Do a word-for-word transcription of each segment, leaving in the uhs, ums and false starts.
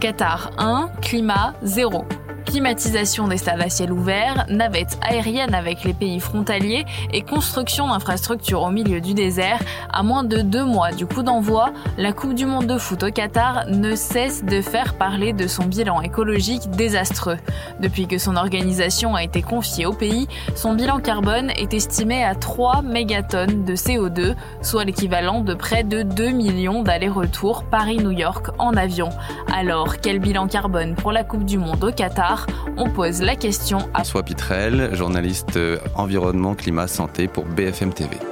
Qatar un, climat zéro. Climatisation des stades à ciel ouvert, navettes aériennes avec les pays frontaliers et construction d'infrastructures au milieu du désert. À moins de deux mois du coup d'envoi, la Coupe du Monde de foot au Qatar ne cesse de faire parler de son bilan écologique désastreux. Depuis que son organisation a été confiée au pays, son bilan carbone est estimé à trois mégatonnes de C O deux, soit l'équivalent de près de deux millions d'allers-retours Paris-New York en avion. Alors, quel bilan carbone pour la Coupe du Monde au Qatar ? On pose la question à François Pitrel, journaliste environnement, climat, santé pour B F M T V.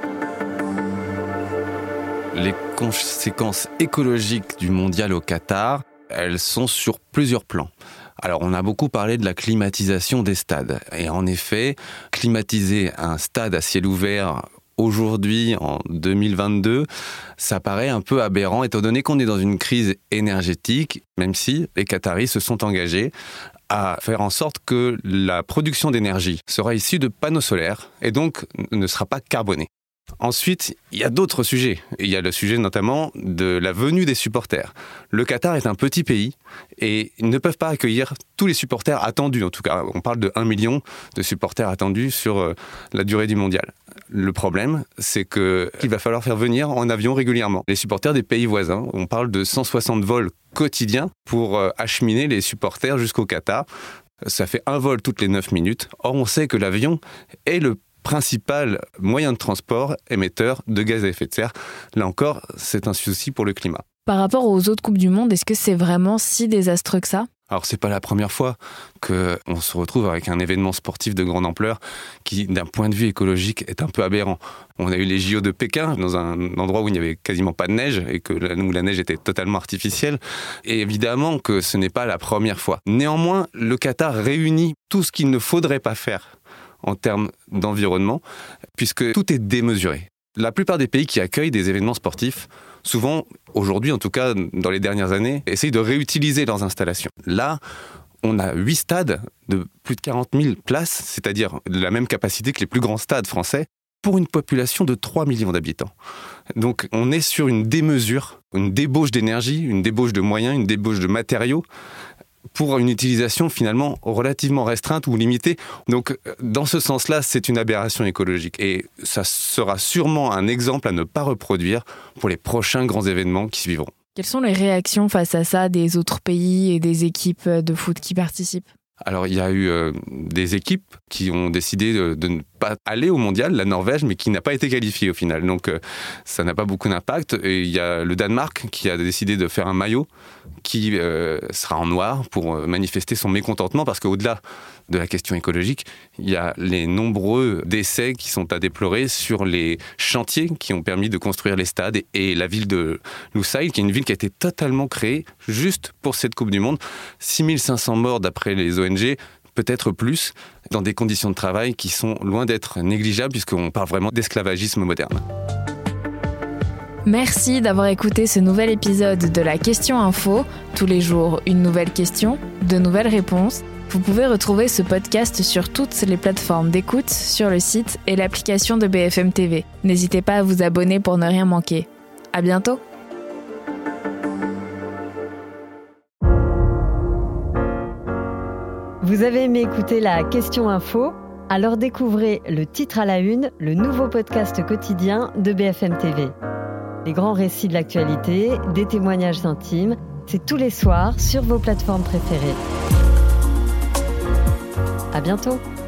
Les conséquences écologiques du mondial au Qatar, elles sont sur plusieurs plans. Alors, on a beaucoup parlé de la climatisation des stades. Et en effet, climatiser un stade à ciel ouvert aujourd'hui, en deux mille vingt-deux, ça paraît un peu aberrant, étant donné qu'on est dans une crise énergétique, même si les Qataris se sont engagés à faire en sorte que la production d'énergie sera issue de panneaux solaires et donc ne sera pas carbonée. Ensuite, il y a d'autres sujets. Il y a le sujet notamment de la venue des supporters. Le Qatar est un petit pays et ils ne peuvent pas accueillir tous les supporters attendus. En tout cas, on parle de un million de supporters attendus sur la durée du mondial. Le problème, c'est que, qu'il va falloir faire venir en avion régulièrement les supporters des pays voisins. On parle de cent soixante vols quotidiens pour acheminer les supporters jusqu'au Qatar. Ça fait un vol toutes les neuf minutes. Or, on sait que l'avion est le principal moyen de transport émetteur de gaz à effet de serre. Là encore, c'est un souci pour le climat. Par rapport aux autres Coupes du Monde, est-ce que c'est vraiment si désastreux que ça ? Alors, c'est pas la première fois qu'on se retrouve avec un événement sportif de grande ampleur qui, d'un point de vue écologique, est un peu aberrant. On a eu les J O de Pékin, dans un endroit où il n'y avait quasiment pas de neige et que où la neige était totalement artificielle. Et évidemment que ce n'est pas la première fois. Néanmoins, le Qatar réunit tout ce qu'il ne faudrait pas faire en termes d'environnement, puisque tout est démesuré. La plupart des pays qui accueillent des événements sportifs, souvent, aujourd'hui en tout cas, dans les dernières années, essayent de réutiliser leurs installations. Là, on a huit stades de plus de quarante mille places, c'est-à-dire de la même capacité que les plus grands stades français, pour une population de trois millions d'habitants. Donc on est sur une démesure, une débauche d'énergie, une débauche de moyens, une débauche de matériaux, pour une utilisation finalement relativement restreinte ou limitée. Donc, dans ce sens-là, c'est une aberration écologique. Et ça sera sûrement un exemple à ne pas reproduire pour les prochains grands événements qui suivront. Quelles sont les réactions face à ça des autres pays et des équipes de foot qui participent ? Alors, il y a eu euh, des équipes qui ont décidé de, de ne pas aller au mondial, la Norvège, mais qui n'a pas été qualifiée au final. Donc, euh, ça n'a pas beaucoup d'impact. Et il y a le Danemark qui a décidé de faire un maillot qui euh, sera en noir pour manifester son mécontentement, parce qu'au-delà de la question écologique, il y a les nombreux décès qui sont à déplorer sur les chantiers qui ont permis de construire les stades et, et la ville de Lusail, qui est une ville qui a été totalement créée juste pour cette Coupe du Monde. six mille cinq cents morts d'après les O N G, peut-être plus, dans des conditions de travail qui sont loin d'être négligeables, puisqu'on parle vraiment d'esclavagisme moderne. Merci d'avoir écouté ce nouvel épisode de la Question Info. Tous les jours, une nouvelle question, de nouvelles réponses. Vous pouvez retrouver ce podcast sur toutes les plateformes d'écoute, sur le site et l'application de B F M T V. N'hésitez pas à vous abonner pour ne rien manquer. À bientôt. Vous avez aimé écouter la Question Info ? Alors découvrez le titre à la une, le nouveau podcast quotidien de B F M T V. Les grands récits de l'actualité, des témoignages intimes, c'est tous les soirs sur vos plateformes préférées. À bientôt.